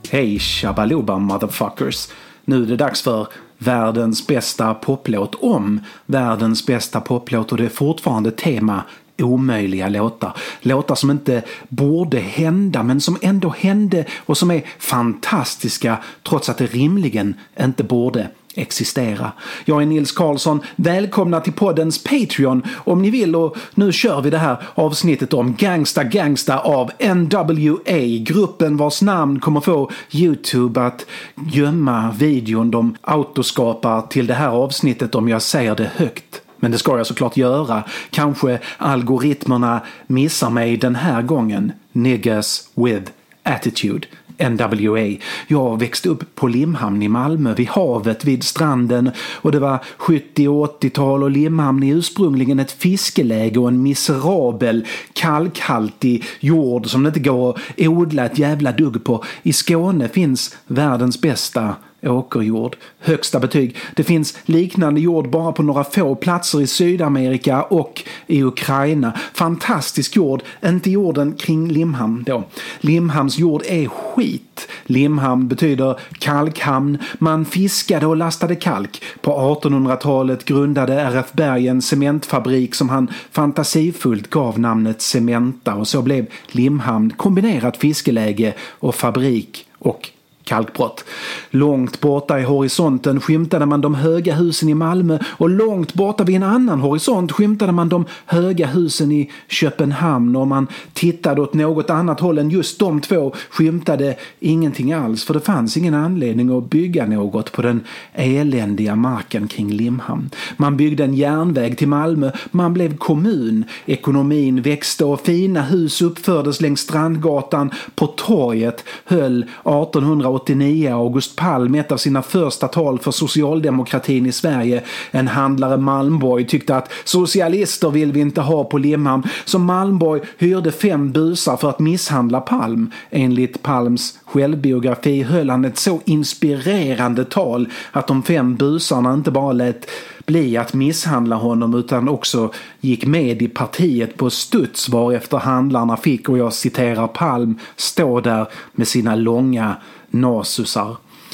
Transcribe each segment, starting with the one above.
Hej shabaluba motherfuckers. Nu är det dags för världens bästa poplåt om världens bästa poplåt, och det är fortfarande tema omöjliga låtar. Låtar som inte borde hända men som ändå hände och som är fantastiska trots att det rimligen inte borde existera. Jag är Nils Karlsson. Välkomna till poddens Patreon om ni vill, och nu kör vi det här avsnittet om Gangsta av NWA, gruppen vars namn kommer få YouTube att gömma videon de autoskapar till det här avsnittet om jag säger det högt. Men det ska jag såklart göra. Kanske algoritmerna missar mig den här gången. Niggas with attitude. NWA. Jag växte upp på Limhamn i Malmö, vid havet, vid stranden, och det var 70- och 80-tal, och Limhamn är ursprungligen ett fiskeläge och en miserabel, kalkhaltig jord som det inte går att odla ett jävla dugg på. I Skåne finns världens bästa åkerjord. Högsta betyg. Det finns liknande jord bara på några få platser i Sydamerika och i Ukraina. Fantastisk jord. Inte jorden kring Limhamn då. Limhamns jord är skit. Limhamn betyder kalkhamn. Man fiskade och lastade kalk. På 1800-talet grundade RF Berg en cementfabrik som han fantasifullt gav namnet Cementa, och så blev Limhamn kombinerat fiskeläge och fabrik och kalkbrott. Långt borta i horisonten skymtade man de höga husen i Malmö, och långt borta vid en annan horisont skymtade man de höga husen i Köpenhamn, och man tittade åt något annat håll än just de två skymtade ingenting alls, för det fanns ingen anledning att bygga något på den eländiga marken kring Limhamn. Man byggde en järnväg till Malmö, man blev kommun, ekonomin växte och fina hus uppfördes längs Strandgatan. På torget höll 1889 August Palm ett av sina första tal för socialdemokratin i Sverige. En handlare Malmborg tyckte att socialister vill vi inte ha på Limhamn, så Malmborg hyrde 5 busar för att misshandla Palm. Enligt Palms självbiografi höll han ett så inspirerande tal att de 5 busarna inte bara lät bli att misshandla honom utan också gick med i partiet på studs, varefter handlarna fick, och jag citerar Palm, stå där med sina långa nasusar.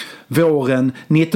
Våren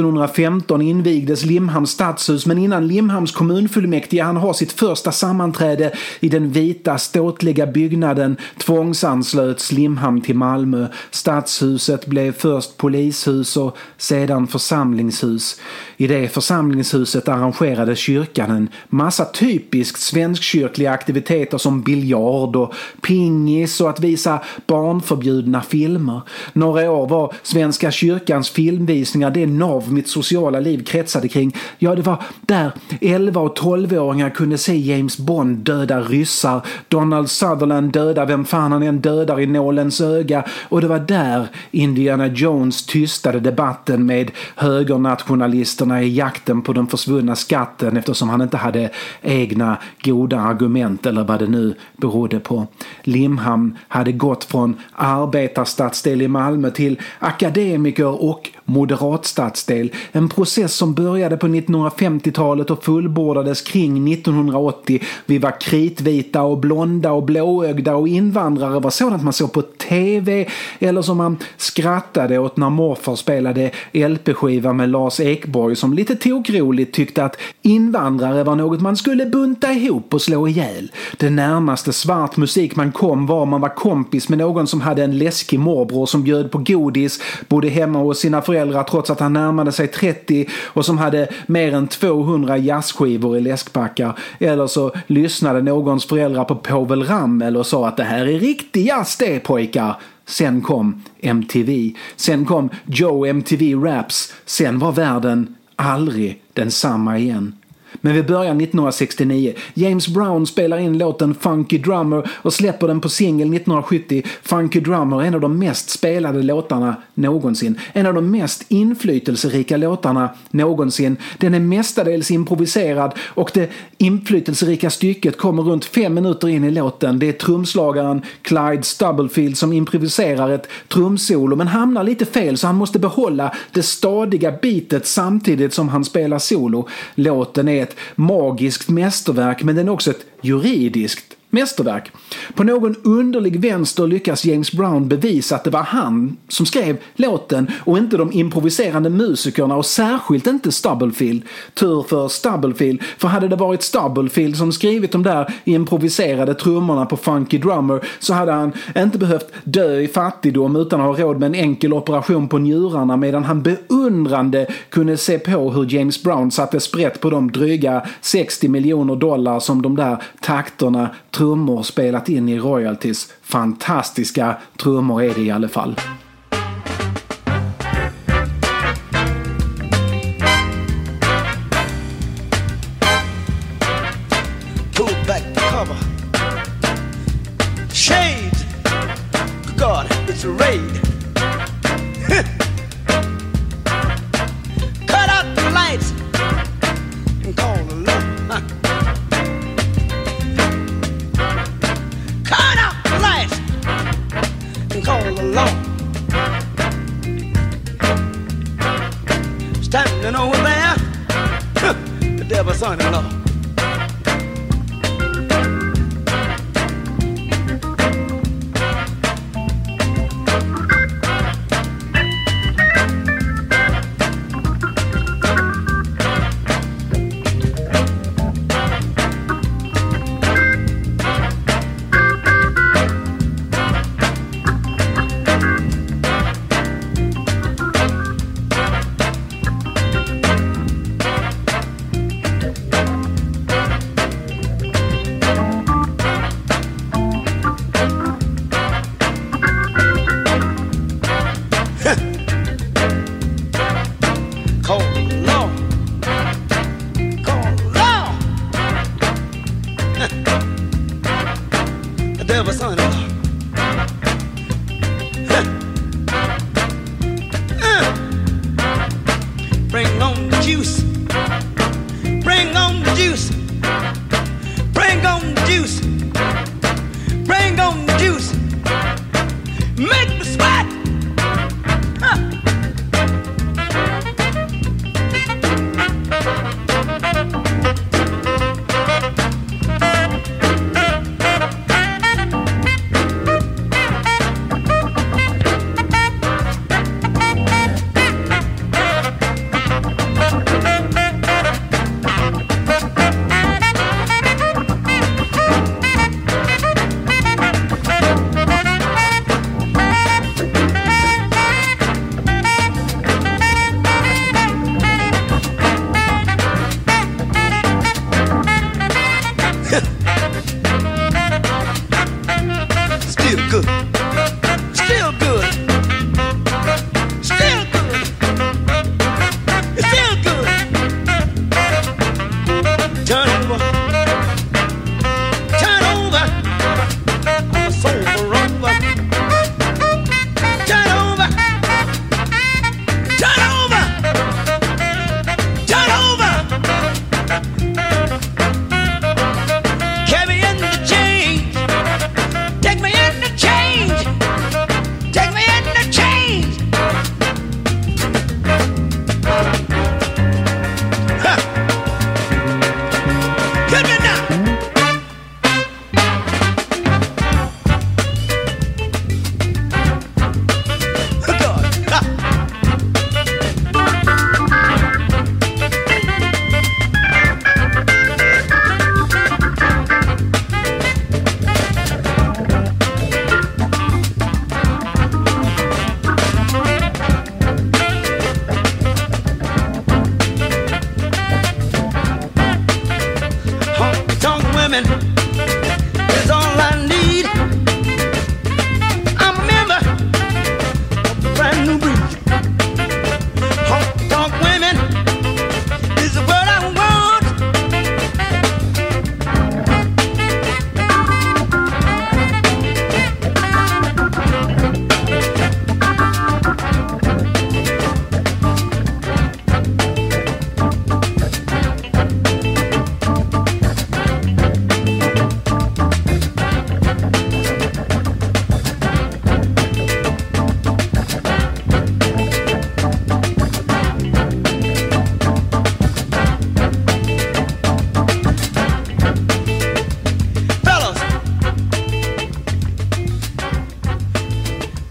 1915 invigdes Limhamns stadshus, men innan Limhamns kommunfullmäktige han har sitt första sammanträde i den vita ståtliga byggnaden tvångsanslöts Limhamn till Malmö. Stadshuset blev först polishus och sedan församlingshus. I det församlingshuset arrangerade kyrkan en massa typiskt svenskkyrkliga aktiviteter som biljard och pingis och att visa barnförbjudna filmer. Några år var Svenska kyrkans filmvisningar det nav mitt sociala liv kretsade kring. Ja, det var där 11- och 12-åringar kunde se James Bond döda ryssar, Donald Sutherland döda vem fan han än dödar i nålens öga, och det var där Indiana Jones tystade debatten med högernationalisterna i jakten på den försvunna skatten, eftersom han inte hade egna goda argument eller vad det nu berodde på. Limhamn hade gått från arbetarstadsdel i Malmö till akademiker och moderatstadsdel. En process som började på 1950-talet och fullbordades kring 1980. Vi var kritvita och blonda och blåögda, och invandrare var sådant man såg på tv eller som man skrattade åt när morfar spelade LP-skiva med Lars Ekborg, som lite tokroligt tyckte att invandrare var något man skulle bunta ihop och slå ihjäl. Det närmaste svart musik man kom var man var kompis med någon som hade en läskig morbror som bjöd på godis, bodde hemma hos sina föräldrar trots att han närmade sig 30 och som hade mer än 200 jazzskivor i läskpackar. Eller så lyssnade någons föräldrar på Povel Ramel och sa att det här är riktig jazz det, pojkar. Sen kom MTV. Sen kom Joe MTV Raps. Sen var världen aldrig densamma igen. Men vi börjar 1969. James Brown spelar in låten Funky Drummer och släpper den på singel 1970. Funky Drummer är en av de mest spelade låtarna någonsin. En av de mest inflytelserika låtarna någonsin. Den är mestadels improviserad, och det inflytelserika stycket kommer runt 5 minuter in i låten. Det är trumslagaren Clyde Stubblefield som improviserar ett trumsolo men hamnar lite fel, så han måste behålla det stadiga beatet samtidigt som han spelar solo. Låten är ett magiskt mästerverk, men den är också ett juridiskt Mästerverk. På någon underlig vänster lyckas James Brown bevisa att det var han som skrev låten och inte de improviserande musikerna och särskilt inte Stubblefield. Tur för Stubblefield, för hade det varit Stubblefield som skrivit de där improviserade trummorna på Funky Drummer så hade han inte behövt dö i fattigdom utan att ha råd med en enkel operation på njurarna medan han beundrande kunde se på hur James Brown satte sprätt på de dryga $60 miljoner som de där takterna trummor spelat in i royalties. Fantastiska trummor är det i alla fall. Pull back the cover. Shade. God, it's a raid. Cut out the lights and call the law. Cut out the lights and call the law. Standing over there, the devil's son-in-law.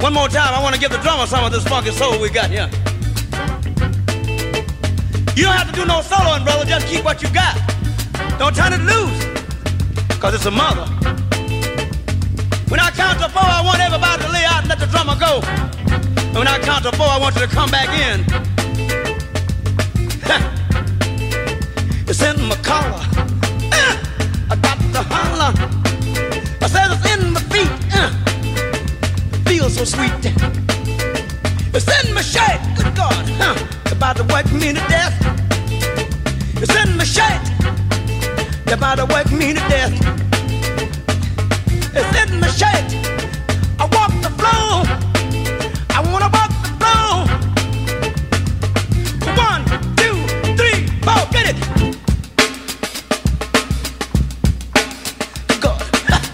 One more time, I want to give the drummer some of this funky soul we got here. You don't have to do no soloing, brother. Just keep what you got. Don't turn it loose, because it's a mother. When I count to 4, I want everybody to lay out and let the drummer go. And when I count to 4, I want you to come back in. It's in my collar. I got to holler. I said it's in my feet. Feels so sweet. It's in my shirt. Good God. About to work me to death. It's in my shirt. About to work me to death. It's in my shirt. I walk the floor. I wanna walk the floor. 1, 2, 3, 4, get it. God.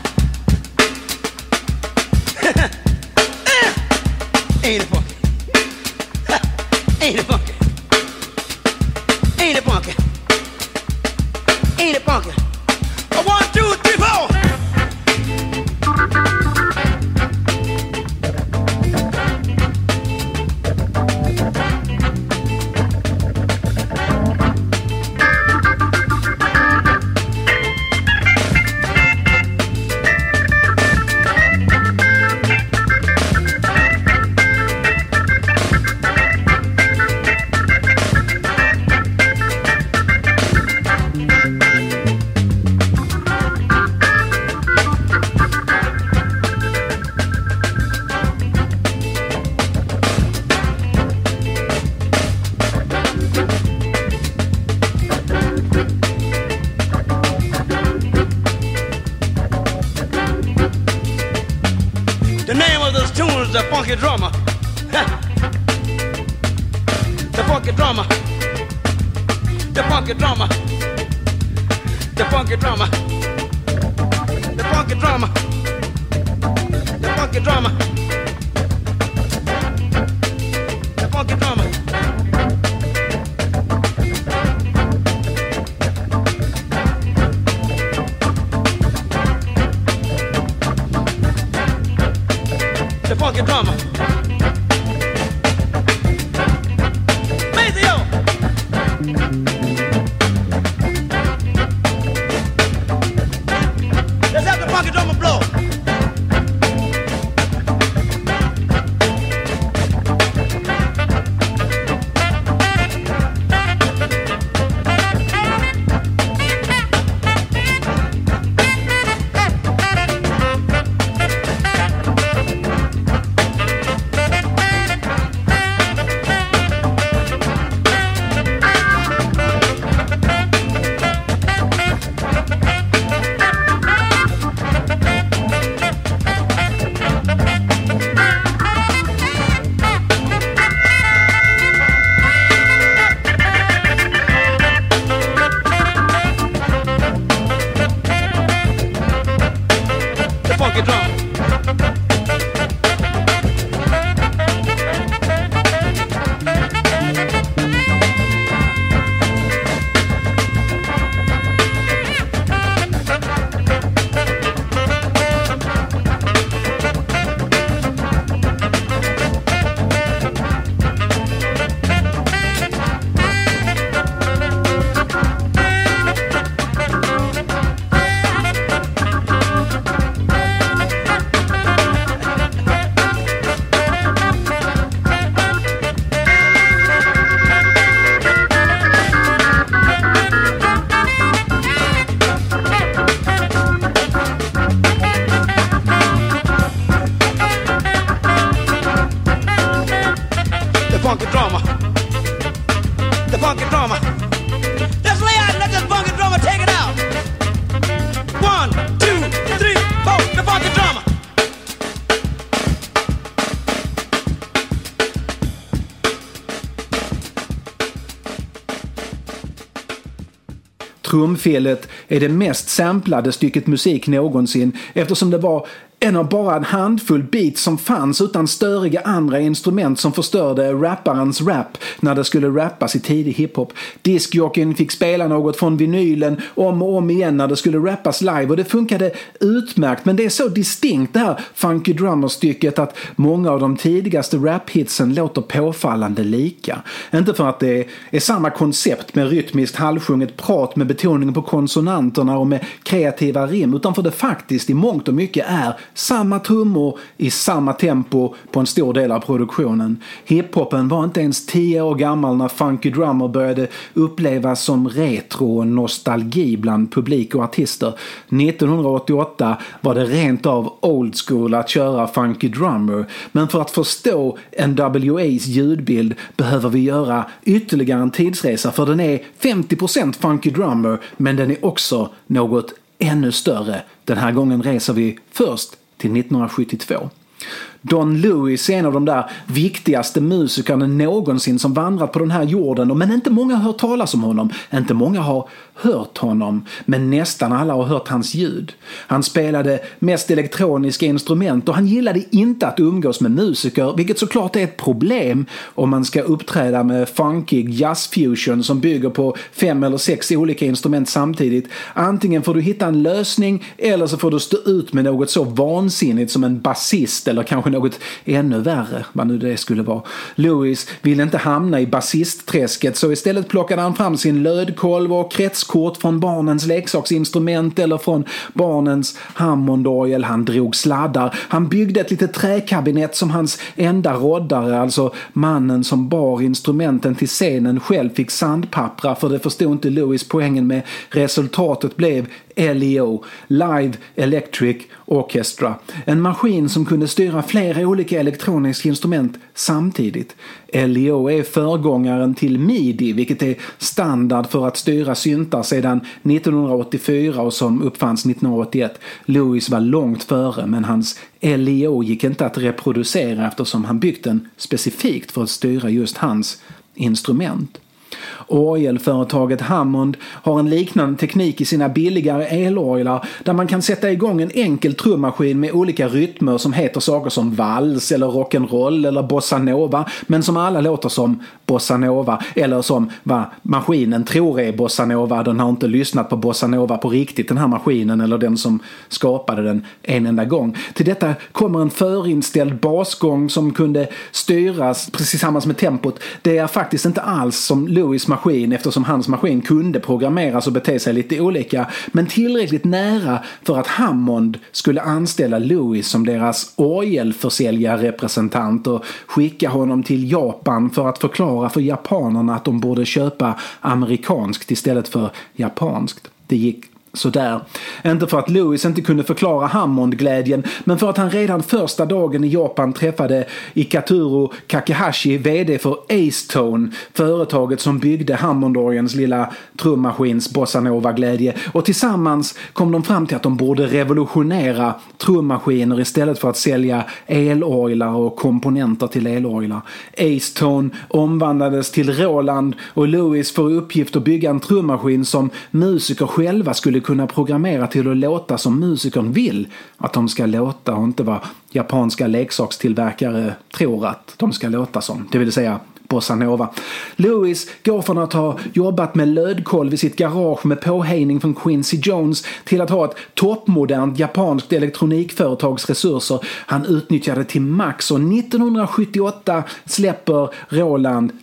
Ain't it funky? Ain't it funky? Ain't it funky? Ain't it funky? 1, 2, 3, 4. The name of this tune is The Funky Drummer. The Funky Drummer. The Funky Drummer. The Funky Drummer. The Funky Drummer. The Funky Drummer. The Funky Drummer. The funky drummer. Maceo. Let's have the funky drummer blow. Funky drum. Funky drummer, the funky drummer. Let's lay out and let this funky drummer take it out. 1, 2, 3, 4, the funky drummer. Trumfelet är det mest samplade stycket musik någonsin eftersom det var En av bara en handfull beats som fanns utan störiga andra instrument som förstörde rapparens rap när det skulle rappas i tidig hiphop. Diskjockeyn fick spela något från vinylen om och om igen när det skulle rappas live och det funkade utmärkt, men det är så distinkt det här Funky Drummer-stycket att många av de tidigaste rap-hitsen låter påfallande lika. Inte för att det är samma koncept med rytmiskt halvsjunget prat med betoning på konsonanterna och med kreativa rim, utan för det faktiskt i mångt och mycket är samma trummor i samma tempo på en stor del av produktionen. Hiphopen var inte ens 10 år gammal när Funky Drummer började upplevas som retro och nostalgi bland publik och artister. 1988 var det rent av old school att köra Funky Drummer, men för att förstå NWAs ljudbild behöver vi göra ytterligare en tidsresa, för den är 50% Funky Drummer, men den är också något ännu större. Den här gången reser vi först till 1972. Don Lewis är en av de där viktigaste musikerna någonsin som vandrat på den här jorden, men inte många har hört talas om honom. Inte många har hört honom, men nästan alla har hört hans ljud. Han spelade mest elektroniska instrument och han gillade inte att umgås med musiker, vilket såklart är ett problem om man ska uppträda med funkig jazzfusion som bygger på 5 eller 6 olika instrument samtidigt. Antingen får du hitta en lösning eller så får du stå ut med något så vansinnigt som en basist eller kanske något ännu värre, vad nu det skulle vara. Lewis ville inte hamna i basistträsket, så istället plockade han fram sin lödkolv och kretskort från barnens leksaksinstrument eller från barnens Hammondorgel. Han drog sladdar. Han byggde ett litet träkabinett som hans enda roddare, alltså mannen som bar instrumenten till scenen, själv fick sandpappra, för det förstod inte Lewis poängen med. Resultatet blev LEO, Live Electric Orchestra. En maskin som kunde styra flera olika elektroniska instrument samtidigt. LEO är föregångaren till MIDI, vilket är standard för att styra syntar sedan 1984 och som uppfanns 1981. Lewis var långt före, men hans LEO gick inte att reproducera eftersom han byggt den specifikt för att styra just hans instrument. Orgelföretaget Hammond har en liknande teknik i sina billigare elorglar där man kan sätta igång en enkel trummaskin med olika rytmer som heter saker som vals eller rock'n'roll eller bossa nova, men som alla låter som bossa nova eller som vad maskinen tror är bossa nova. Den har inte lyssnat på bossa nova på riktigt, den här maskinen, eller den som skapade den en enda gång. Till detta kommer en förinställd basgång som kunde styras precis tillsammans med tempot. Det är faktiskt inte alls som Lewis maskin, eftersom hans maskin kunde programmeras och bete sig lite olika, men tillräckligt nära för att Hammond skulle anställa Lewis som deras orgelförsäljarrepresentant och skicka honom till Japan för att förklara för japanerna att de borde köpa amerikanskt istället för japanskt. Det gick sådär. Inte för att Lewis inte kunde förklara Hammond-glädjen, men för att han redan första dagen i Japan träffade Ikaturo Kakehashi, vd för Acetone, företaget som byggde Hammondorgens lilla trummaskins bossa nova-glädje, och tillsammans kom de fram till att de borde revolutionera trummaskiner istället för att sälja elorglar och komponenter till elorglar. Acetone omvandlades till Roland och Lewis får uppgift att bygga en trummaskin som musiker själva skulle kunna programmera till att låta som musikern vill att de ska låta, och inte vad japanska leksakstillverkare tror att de ska låta som, det vill säga bossa nova. Lewis går från att ha jobbat med lödkolv i sitt garage med påhejning från Quincy Jones till att ha ett toppmodernt japanskt elektronikföretags resurser. Han utnyttjade till max, och 1978 släpper Roland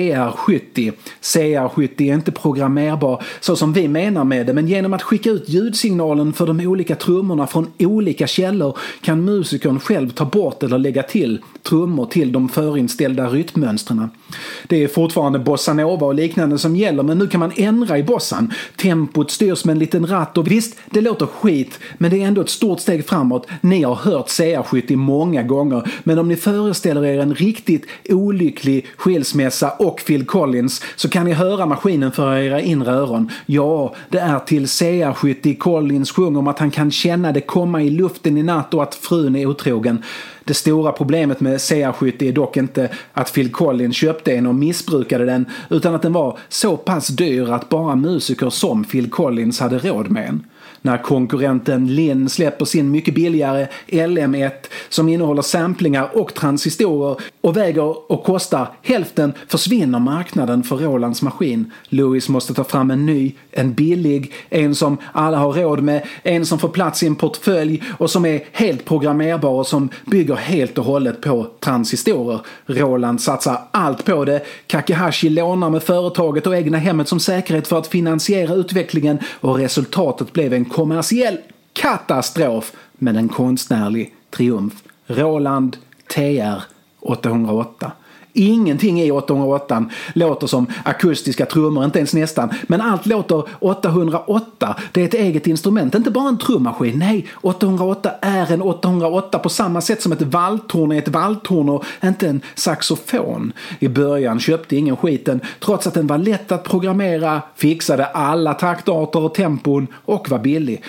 CR70. CR70 är inte programmerbar så som vi menar med det, men genom att skicka ut ljudsignalen för de olika trummorna från olika källor kan musikern själv ta bort eller lägga till trummor till de förinställda rytmmönstren. Det är fortfarande bossa nova och liknande som gäller, men nu kan man ändra i bossan. Tempot styrs med en liten ratt, och visst, det låter skit, men det är ändå ett stort steg framåt. Ni har hört CR70 många gånger, men om ni föreställer er en riktigt olycklig skilsmässa och Phil Collins, så kan ni höra maskinen för era inre öron. Ja, det är till CR70 Collins sjunger om att han kan känna det komma i luften i natt och att frun är otrogen. Det stora problemet med CR70 är dock inte att Phil Collins köpte en och missbrukade den, utan att den var så pass dyr att bara musiker som Phil Collins hade råd med en. när konkurrenten Linn släpper sin mycket billigare LM1 som innehåller samplingar och transistorer och väger och kostar hälften, försvinner marknaden för Rolands maskin. Lewis måste ta fram en ny, en billig, en som alla har råd med, en som får plats i en portfölj och som är helt programmerbar och som bygger helt och hållet på transistorer. Roland satsar allt på det. Kakehashi lånar med företaget och egna hemmet som säkerhet för att finansiera utvecklingen och resultatet blev en kommersiell katastrof men en konstnärlig triumf. Roland TR 808. Ingenting i 808 låter som akustiska trummor, inte ens nästan. Men allt låter 808. Det är ett eget instrument, inte bara en trummaskin. Nej, 808 är en 808 på samma sätt som ett valthorn är ett valthorn och inte en saxofon. I början köpte ingen skiten, trots att den var lätt att programmera, fixade alla taktarter och tempon och var billig.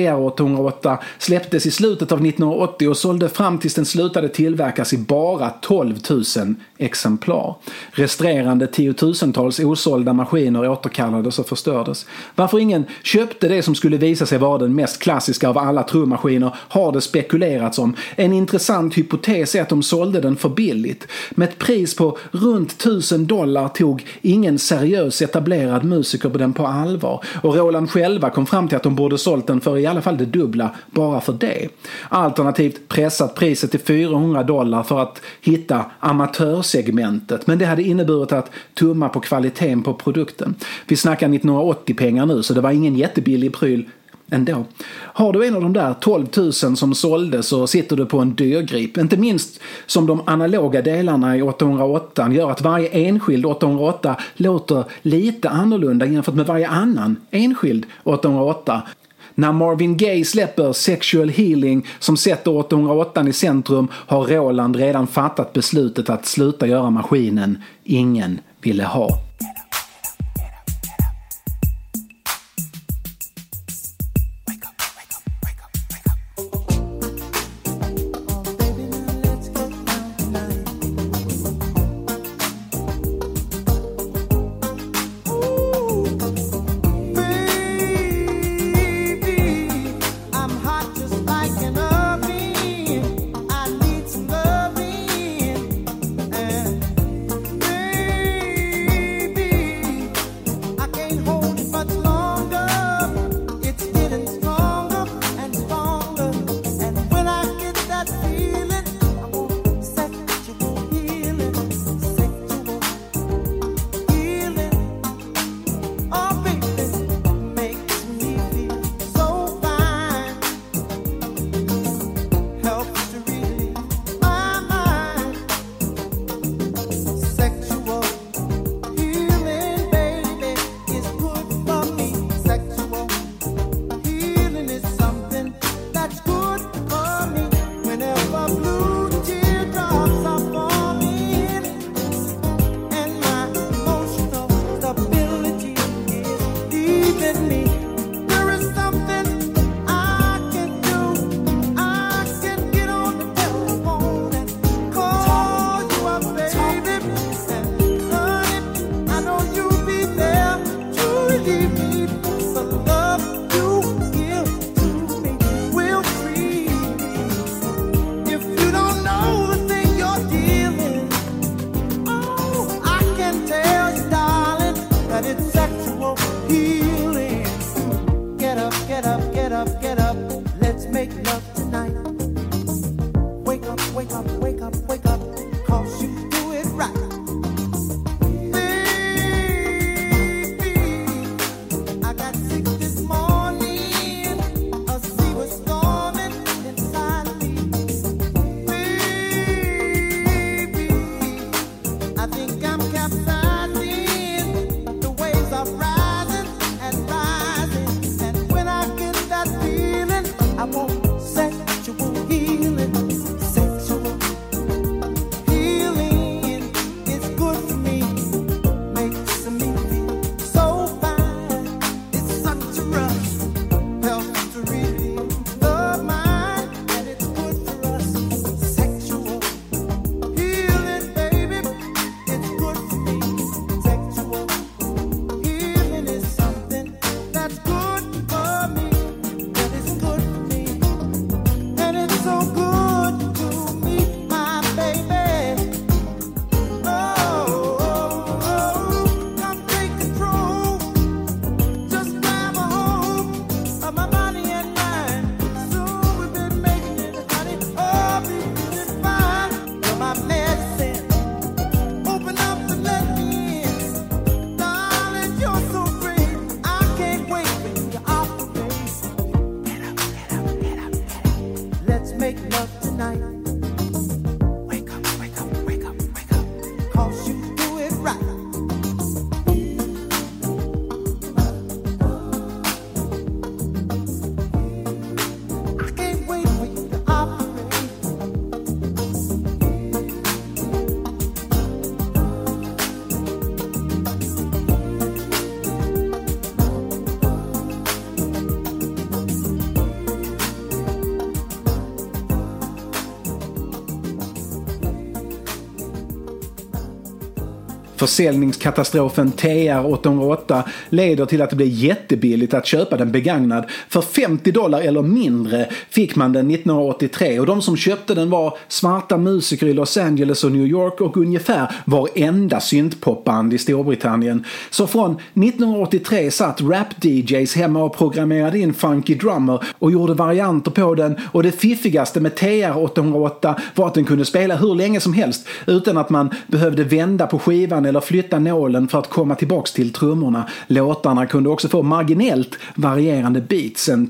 TR-808 släpptes i slutet av 1980 och sålde fram tills den slutade tillverkas i bara 12 000 exemplar. Resterande tiotusentals osålda maskiner återkallades och förstördes. Varför ingen köpte det som skulle visa sig vara den mest klassiska av alla trummaskiner har det spekulerats om. En intressant hypotes är att de sålde den för billigt. Med ett pris på runt $1000 tog ingen seriös etablerad musiker på den på allvar. Och Roland själva kom fram till att de borde sålt den för i alla fall det dubbla bara för det. Alternativt pressat priset till $400 för att hitta amatörsegmentet, men det hade inneburit att tumma på kvaliteten på produkten. Vi snackar 1980 pengar nu, så det var ingen jättebillig pryl ändå. Har du en av de där 12 000 som såldes så sitter du på en dyrgrip. Inte minst som de analoga delarna i 808 gör att varje enskild 808 låter lite annorlunda jämfört med varje annan enskild 808. När Marvin Gaye släpper Sexual Healing som sätter 808 i centrum har Roland redan fattat beslutet att sluta göra maskinen ingen ville ha. make love tonight. Wake up, wake up, wake up, wake up. 'Cause you do it right. I can't wait for you to operate. Försäljningskatastrofen TR-808 leder till att det blir jättebilligt att köpa den begagnad. För $50 eller mindre fick man den 1983 och de som köpte den var svarta musiker i Los Angeles och New York och ungefär varenda syntpopband i Storbritannien. Så från 1983 satt rap-DJs hemma och programmerade in Funky Drummer och gjorde varianter på den, och det fiffigaste med TR-808 var att den kunde spela hur länge som helst utan att man behövde vända på skivan eller flytta nålen för att komma tillbaks till trummorna. Låtarna kunde också få marginellt varierande beats. En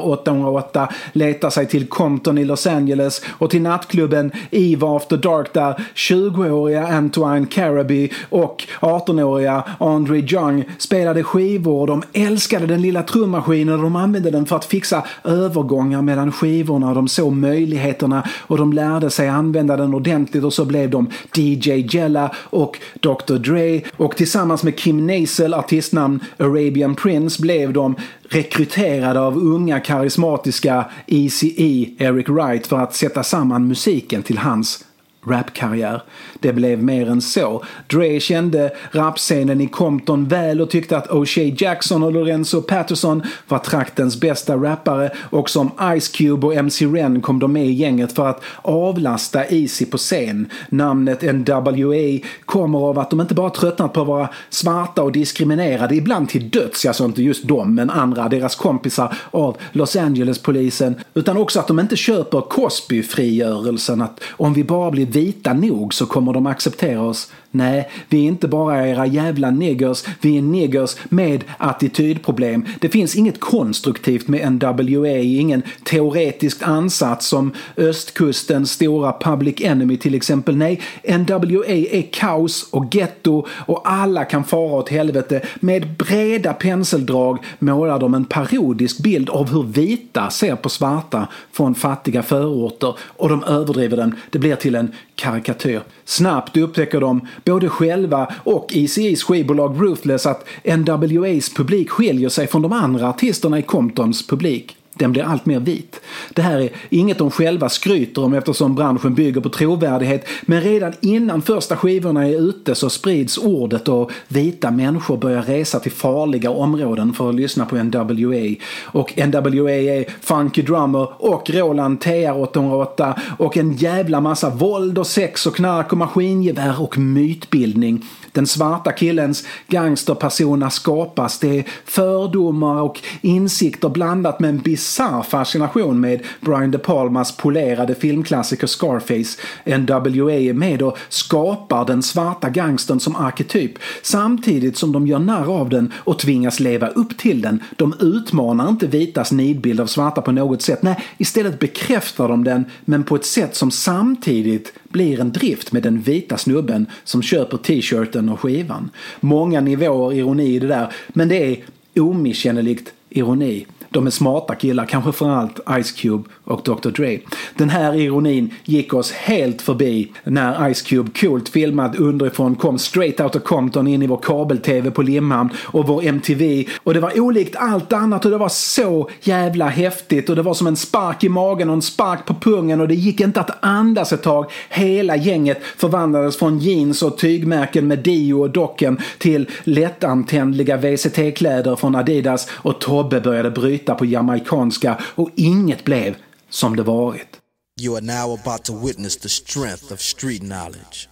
TR-808 letar sig till Compton i Los Angeles och till nattklubben Eve After Dark där 20-åriga Antoine Carabee och 18-åriga Andre Young spelade skivor. De älskade den lilla trummaskinen och de använde den för att fixa övergångar mellan skivorna, och de såg möjligheterna och de lärde sig använda den ordentligt, och så blev de DJ Jella och Dr. Dre, och tillsammans med Kim Nasel, artistnamn Arabian Prince, blev de rekryterade av unga karismatiska Eazy-E Eric Wright för att sätta samman musiken till hans rapkarriär. Det blev mer än så. Dre kände rapscenen i Compton väl och tyckte att O'Shea Jackson och Lorenzo Patterson var traktens bästa rappare, och som Ice Cube och MC Ren kom de med i gänget för att avlasta Eazy på scen. Namnet NWA kommer av att de inte bara tröttnat på att vara svarta och diskriminerade, ibland till döds, alltså inte just de men andra, deras kompisar av Los Angeles-polisen, utan också att de inte köper Cosby-frigörelsen, att om vi bara blir vita nog så kommer de acceptera oss. Nej, vi är inte bara era jävla niggers, vi är niggers med attitydproblem. Det finns inget konstruktivt med NWA, ingen teoretisk ansats som östkustens stora Public Enemy till exempel. Nej, NWA är kaos och ghetto och alla kan fara åt helvete. Med breda penseldrag målar de en parodisk bild av hur vita ser på svarta från fattiga förorter, och de överdriver den. Det blir till en karikatyr. Snabbt upptäcker de, både själva och Eazy-E's skivbolag Ruthless, att NWA's publik skiljer sig från de andra artisterna i Comptons publik. Den blir allt mer vit. Det här är inget de själva skryter om eftersom branschen bygger på trovärdighet, men redan innan första skivorna är ute så sprids ordet och vita människor börjar resa till farliga områden för att lyssna på NWA. Och NWA är Funky Drummer och Roland TR-808 och en jävla massa våld och sex och knark och maskingevär och mytbildning. Den svarta killens gangsterpersona skapas. Det är fördomar och insikter blandat med en bizarr fascination med Brian De Palmas polerade filmklassiker Scarface. NWA är med och skapar den svarta gangstern som arketyp, samtidigt som de gör narr av den och tvingas leva upp till den. De utmanar inte vitas nidbild av svarta på något sätt. Nej, istället bekräftar de den, men på ett sätt som samtidigt blir en drift med den vita snubben som köper t-shirten och skivan. Många nivåer ironi i det där, men det är omisskännligt ironi. De är smarta killar, kanske framförallt Ice Cube och Dr. Dre. Den här ironin gick oss helt förbi när Ice Cube coolt filmad underifrån kom straight out of Compton in i vår kabel-tv på Limhamn och vår MTV. Och det var olikt allt annat och det var så jävla häftigt och det var som en spark i magen och en spark på pungen och det gick inte att andas ett tag. Hela gänget förvandlades från jeans och tygmärken med Dio och Docken till lättantändliga VCT-kläder från Adidas och Tobbe började bryta på jamaikanska och inget blev som det varit. You are now about to witness the strength of street knowledge.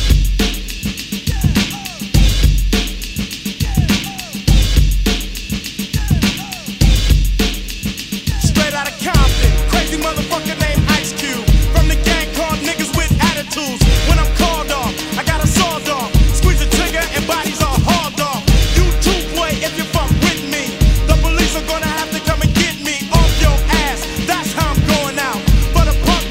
Straight out of Compton, crazy motherfucker named Ice Cube. From the gang called niggas with attitudes. When I'm called off, I got a sawed off. Squeeze the trigger and bodies are hauled off. You too, boy, if you fuck with me. The police are gonna have to come and get me off your ass. That's how I'm going out. For the punk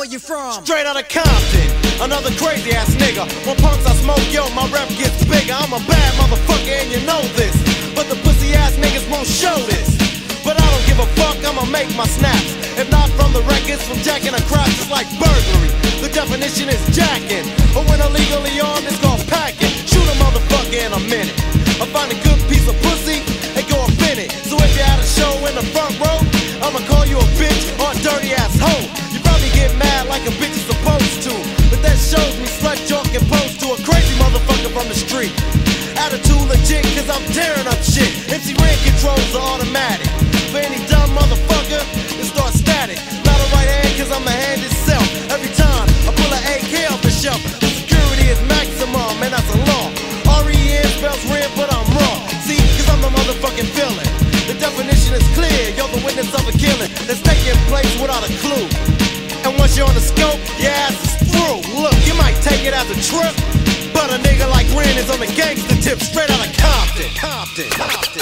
where you from? Straight out of Compton, another crazy ass nigga. When punks I smoke, yo, my rep gets bigger. I'm a bad motherfucker and you know this, but the pussy ass niggas won't show this. But I don't give a fuck, I'ma make my snaps. If not from the records, from jacking a crop, it's like burglary. The definition is jacking, but when illegally armed, it's called packing. Shoot a motherfucker in a minute. I find a good piece of pussy and go up in it. So if you had a show in the front row, I'ma call you a bitch or a dirty ass hoe. You probably get mad like a bitch is supposed to, but that shows me slut joke and pose to a crazy motherfucker from the street. Attitude legit, cause I'm tearing up shit. MC Ren controls are automatic. For any dumb motherfucker, it starts static. Not a right hand, cause I'm the hand itself. Every time I pull an AK off the shelf, the security is maximum, and that's a law. R-E-N spells red, but I'm wrong. See, cause I'm the motherfucking villain. The definition is clear, you're the witness of a killing that's taking place without a clue. And once you're on the scope, your ass is through. Look, you might take it as a trip, but a nigga like Ren is on the gangster tip, straight out of Compton. Compton. Compton.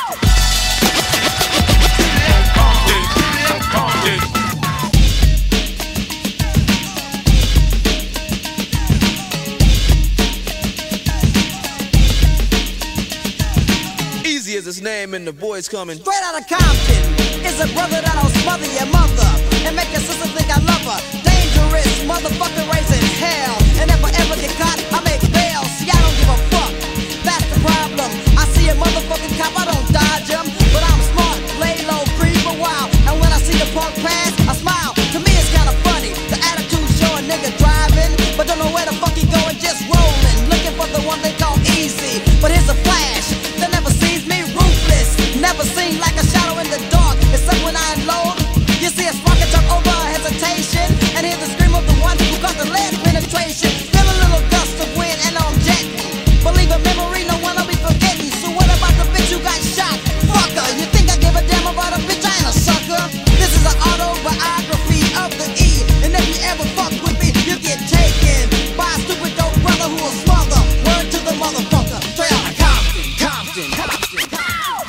Easy is his name and the boys coming. Straight out of Compton is a brother that'll smother your mother and make your sister think I love her. Dangerous motherfucker raising hell, and if I ever get caught, I make bail. See, I don't give a fuck. That's the problem. I see a motherfucking cop, I don't dodge him, but I'm smart, lay low, creep a while, and when I see the punk pass, I smile. To me, it's kind of funny. The attitude show a nigga driving, but don't know where the fuck he going, just rolling, looking for the one they call easy. But here's a flash that never sees me, ruthless, never seen like a shadow in the dark. Except when I unload, you see a spark and jump over hesitation, and hear the scream of the one who got the lead penetration. Feel a little gust of wind and I'm jetting. Believe a memory, no one will be forgetting. So what about the bitch who got shot? Fucker, you think I give a damn about a bitch? I ain't a sucker. This is an autobiography of the E, and if you ever fuck with me, you get taken by a stupid dope brother who will smother. Word to the motherfucker. Straight out of Compton, Compton, Compton, Compton.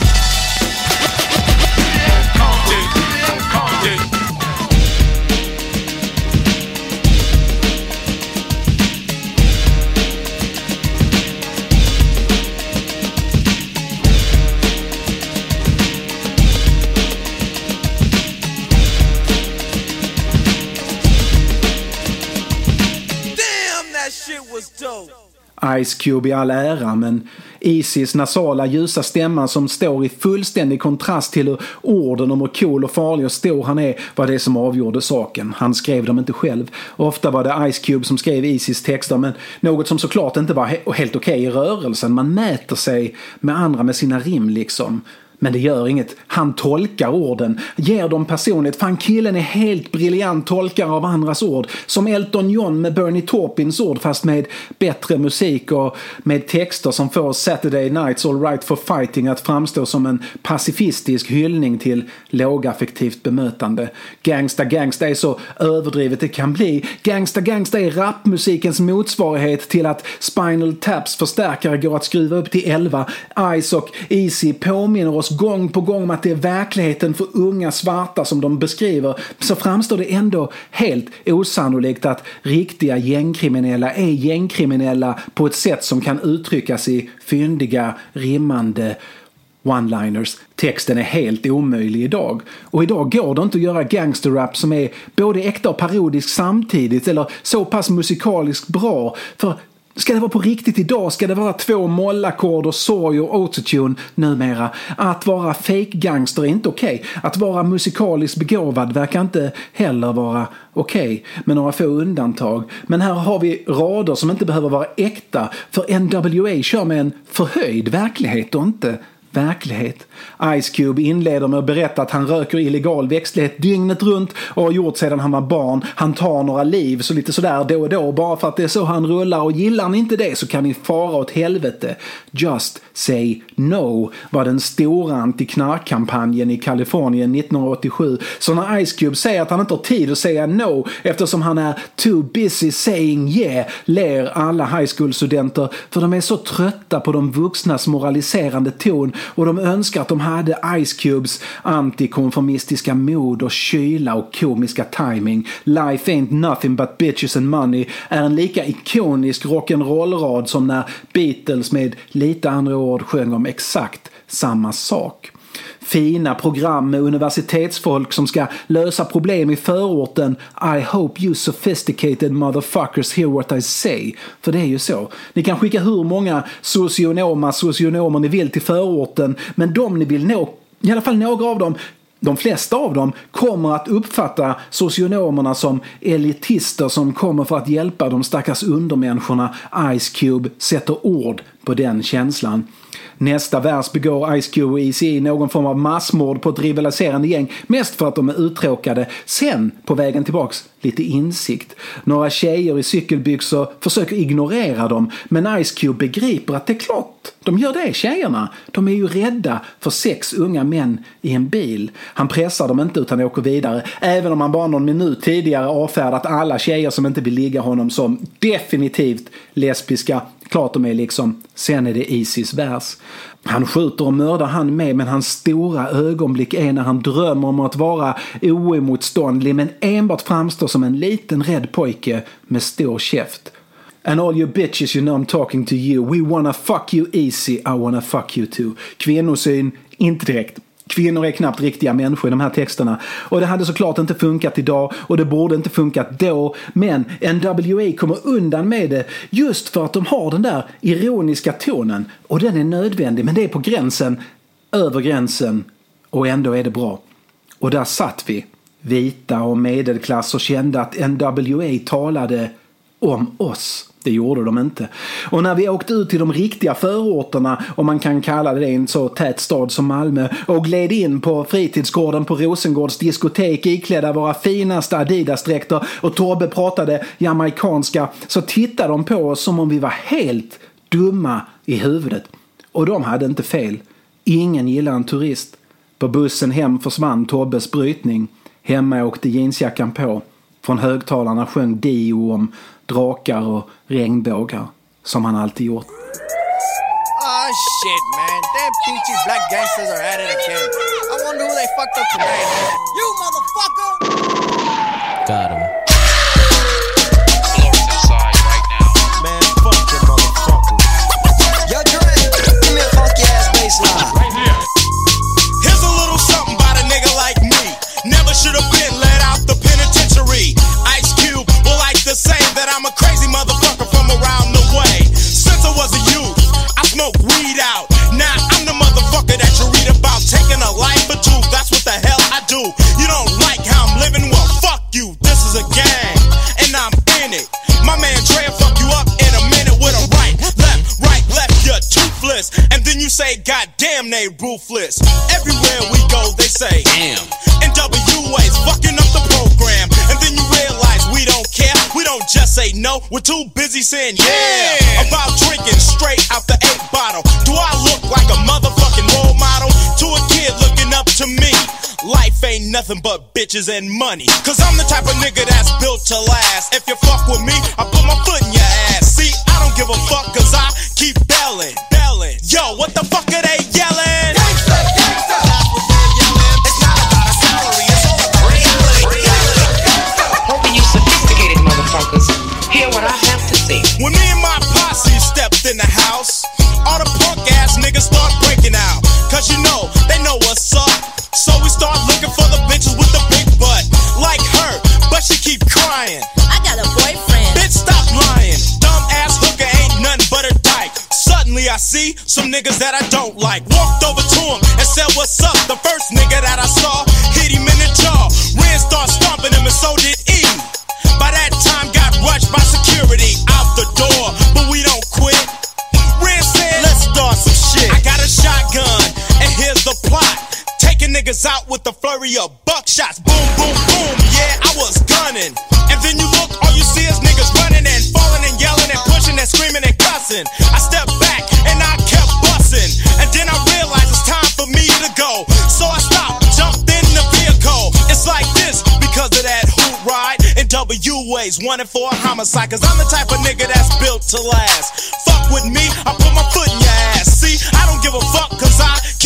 Ice Cube i all ära, men Easys nasala ljusa stämma som står i fullständig kontrast till hur orden om hur cool och farlig och stor han är var det som avgjorde saken. Han skrev dem inte själv. Ofta var det Ice Cube som skrev Easys texter, men något som såklart inte var helt okej i rörelsen. Man mäter sig med andra med sina rim liksom. Men det gör inget. Han tolkar orden. Ger dem personligt. Fan, killen är helt briljant tolkare av andras ord. Som Elton John med Bernie Taupins ord, fast med bättre musik och med texter som får Saturday Night's All Right for Fighting att framstå som en pacifistisk hyllning till lågaffektivt bemötande. Gangsta Gangsta är så överdrivet det kan bli. Gangsta Gangsta är rapmusikens motsvarighet till att Spinal Taps förstärkare går att skruva upp till 11. Ice och Easy påminner oss gång på gång om att det är verkligheten för unga svarta som de beskriver, så framstår det ändå helt osannolikt att riktiga gängkriminella är gängkriminella på ett sätt som kan uttryckas i fyndiga, rimmande one-liners. Texten är helt omöjlig idag. Och idag går det inte att göra gangsterrap som är både äkta och parodisk samtidigt, eller så pass musikaliskt bra, för ska det vara på riktigt idag ska det vara 2 mollackord och sorg och autotune numera. Att vara fake gangster är inte okej. Att vara musikaliskt begåvad verkar inte heller vara okej, med några få undantag. Men här har vi rader som inte behöver vara äkta, för NWA kör med en förhöjd verklighet och inte verklighet. Ice Cube inleder med att berätta att han röker illegal växtlighet dygnet runt och har gjort sedan han var barn. Han tar några liv så lite sådär då och då bara för att det är så han rullar, och gillar han inte det så kan ni fara åt helvete. Just say no var den stora anti-knarkkampanjen i Kalifornien 1987. Så när Ice Cube säger att han inte har tid att säga no eftersom han är too busy saying yeah, ler alla high school-studenter, för de är så trötta på de vuxnas moraliserande ton och de önskar att de hade Ice Cubes antikonformistiska mod och kyla och komiska timing. Life ain't nothing but bitches and money är en lika ikonisk rock'n'roll-rad som när Beatles med lite andra ord sjöng om exakt samma sak. Fina program med universitetsfolk som ska lösa problem i förorten. I hope you sophisticated motherfuckers hear what I say. För det är ju så. Ni kan skicka hur många socionomer ni vill till förorten, men de ni vill nå, i alla fall några av dem, de flesta av dem kommer att uppfatta socionomerna som elitister som kommer för att hjälpa de stackars undermänniskorna. Ice Cube sätter ord på den känslan. Nästa vers begår Ice Cube och Eazy någon form av massmord på ett rivaliserande gäng, mest för att de är uttråkade. Sen, på vägen tillbaks, lite insikt. Några tjejer i cykelbyxor försöker ignorera dem, men Ice Cube begriper att det är klart de gör det, tjejerna. De är ju rädda för 6 unga män i en bil. Han pressar dem inte utan åker vidare, även om han bara någon minut tidigare avfärdat alla tjejer som inte vill ligga honom som definitivt lesbiska. Klart de är liksom. Sen är det Eazys vers. Han skjuter och mördar han med, men hans stora ögonblick är när han drömmer om att vara oemotståndlig men enbart framstår som en liten rädd pojke med stor käft. And all you bitches, you know I'm talking to you. We wanna fuck you easy, I wanna fuck you too. Kvinnosyn, inte direkt. Kvinnor är knappt riktiga människor i de här texterna. Och det hade såklart inte funkat idag, och det borde inte funkat då. Men NWA kommer undan med det just för att de har den där ironiska tonen. Och den är nödvändig, men det är på gränsen, över gränsen. Och ändå är det bra. Och där satt vi, vita och medelklass, och kände att NWA talade om oss. Det gjorde de inte. Och när vi åkte ut till de riktiga förorterna, om man kan kalla det en så tät stad som Malmö, och gled in på fritidsgården på Rosengårds diskotek iklädda våra finaste Adidas-dräkter, och Tobbe pratade jamaikanska, så tittade de på oss som om vi var helt dumma i huvudet. Och de hade inte fel. Ingen gillar en turist. På bussen hem försvann Tobbes brytning. Hemma åkte jeansjackan på. Från högtalarna sjöng Dio om drakar och regnbågar, som han alltid gjort. Oh shit, man. Damn peachy black gangsters are at it again. I wonder who they fucked up tonight, man. You motherfucker! Got him. Floors inside right now. Man, fuck them motherfuckers. Yo, Dre, give me a funky ass bass line. Right here. Here's a little something about a nigga like me. Never should have been let out the penitentiary. Ice Cube will like to say that I'm a crazy motherfucker from around the way. Since I was a youth, I smoked weed out. Now I'm the motherfucker that you read about, taking a life or two. That's what the hell I do. You don't like how I'm living? Well, fuck you. This is a gang, and I'm in it. My man Dre will fuck you up in a minute with a right, left, you're toothless. And then you say, God damn, they ruthless. Everywhere we go, they say, damn. NWA's fucking up the program. And then you realize we don't care. We don't just say no. We're too busy saying yeah. About drinking straight out the 8 bottle. Do I look like a motherfucking role model to a kid looking up to me? Life ain't nothing but bitches and money. Cause I'm the type of nigga that's built to last. If you fuck with me, I put my foot in your ass. See, I don't give a fuck cause I keep belling. Yo, what the fuck are they yelling? Gangsta, gangsta. It's not about a salary, it's all about reality. Hoping you sophisticated motherfuckers hear what I have to say. When me and my posse stepped in the house, all the punk ass niggas start breaking out. Cause you know, they know what's up. So we start looking for the bitches with the big butt. Like her, but she keep crying. I got a boyfriend. Bitch, stop lying. Dumb ass hooker ain't nothing but a dyke. Suddenly I see some niggas that I don't like. Walked over to him and said, what's up? The first nigga that I saw hit him in the jaw. Ren started stomping him and so did E. By that time got rushed by security out the door, but we don't quit. Ren said, let's start some shit. I got a shotgun and here's the plot. Taking niggas out with the flurry of buckshots. Boom, boom, boom, yeah, I was gunning. And then you look, all you see is niggas running and falling and yelling and pushing and screaming and cussing. I stepped back and I kept busting. And then I realized it's time for me to go. So I stopped, jumped in the vehicle. It's like this because of that hoot ride. And WA's wanted for a homicide. Cause I'm the type of nigga that's built to last. Fuck with me, I put my foot in your ass. See, I don't give a fuck cause I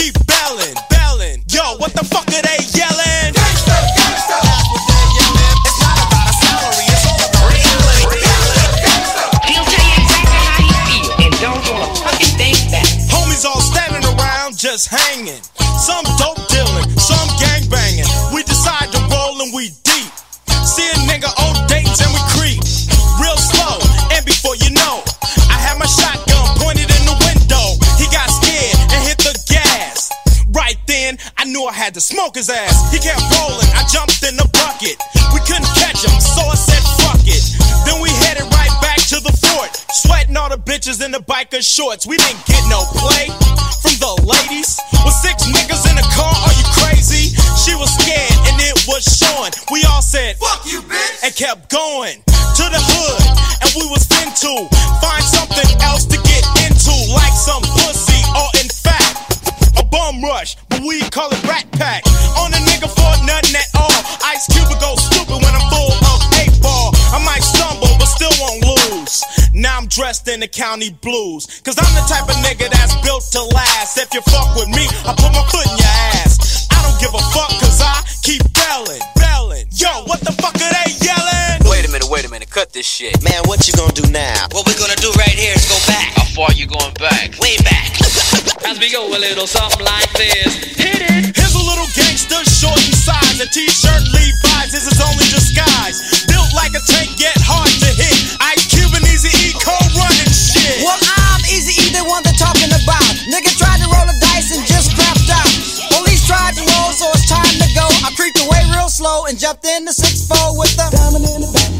just hanging. Some dope dealing, some gang banging. We decide to roll and we deep. See a nigga on dates and we creep. Real slow, and before you know, I had my shotgun pointed in the window. He got scared and hit the gas. Right then, I knew I had to smoke his ass. He kept rolling, I jumped in the bucket. We couldn't catch him, so I said fuck it. Then we headed right back to the fort, sweating all the bitches in the biker shorts. We didn't get no play from the ladies. With 6 niggas in the car, are you crazy? She was scared and it was showing. We all said fuck you, bitch, and kept going to the hood. And we was into find something else to get into, like some pussy or in fact a bum rush, but we call it Rat Pack. On a nigga for nothing at all. Ice Cube will go stupid when I'm full of 8-ball. I might stumble, but still won't lose. Now I'm dressed in the county blues, cause I'm the type of nigga that's built to last. If you fuck with me, I put my foot in your ass. I don't give a fuck, cause I keep belling. Yo, what the fuck are they yelling? Wait a minute, cut this shit. Man, what you gonna do now? What we're gonna do right here is go back. How far you going back? Way back. As we go a little something like this. Hit it! Here's a little gangster, short in size. A t-shirt, Levi's is his only disguise. Built like a tank, yet hard to hit. Ice Cube and Eazy-E, cold running shit. Well, I'm Eazy-E, the one they're talking about. Nigga tried to roll the dice and just crapped out. Police tried to roll, so it's time to go. I creeped away real slow and jumped in the 6-4 with the diamond in the back.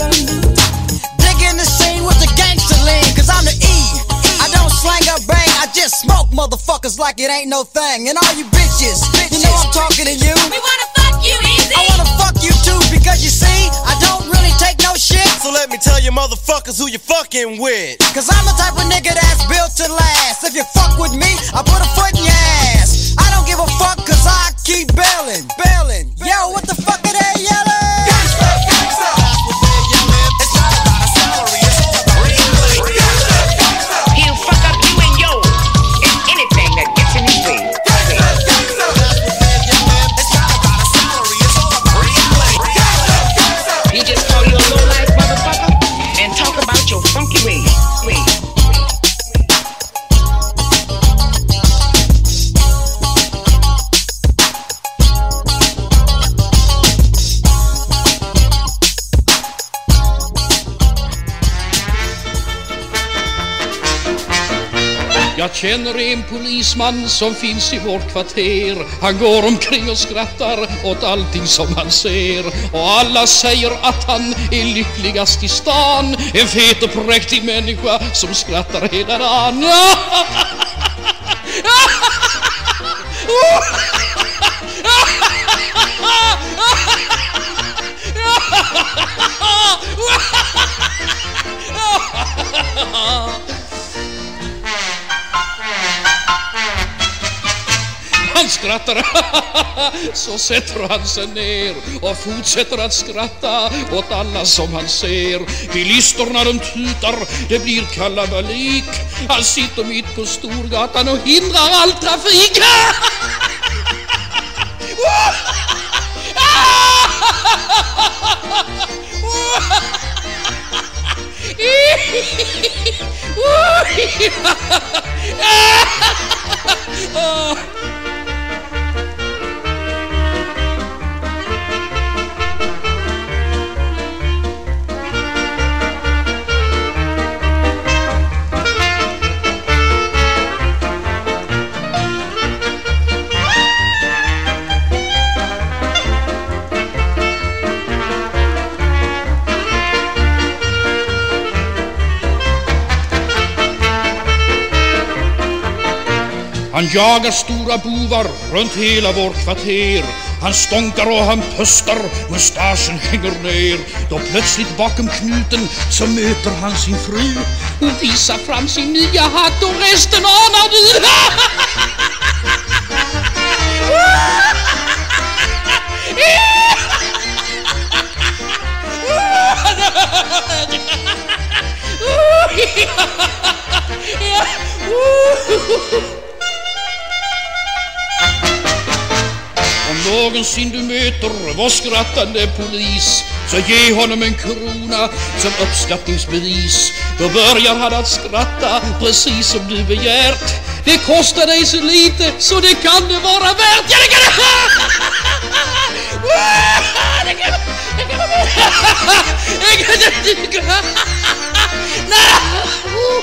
Digging the scene with the gangster lean, cause I'm the E. I don't slang or bang, I just smoke motherfuckers like it ain't no thing. And all you bitches, you know I'm talking to you. We wanna fuck you, Easy. I wanna fuck you too, because you see, I don't really take no shit. So let me tell you motherfuckers who you fucking with. Cause I'm the type of nigga that's built to last. If you fuck with me, I put a foot in your ass. I don't give a fuck, cause I keep bailing. Yo, what the fuck are they yelling? He'll fuck up you and yours and anything that gets in his way. He just call you a low-life motherfucker and talk about your funky ways. Jag känner en polisman som finns i vårt kvarter. Han går omkring och skrattar åt allting som han ser. Och alla säger att han är lyckligast i stan. En fet och präktig människa som skrattar hela dagen. Han skrattar, så sätter han sig ner och fortsätter att skratta åt alla som han ser. Bilisterna de tutar, det blir kalabalik. Han sitter mitt på Storgatan och hindrar all trafik. Han jagar stora bovar runt hela vårt kvarter. Han stånkar och han pustar, mustaschen hänger ner. Då plötsligt bakom knuten så möter han sin fru. Hon visar fram sin nya hatt och resten anar du. Om någonsin du möter vår skrattande polis, så ge honom en krona som uppskattningsbevis. Då börjar han att skratta precis som du begärt. Det kostar dig så lite så det kan det vara värt. Ja, det kan det. Det kan vara värt.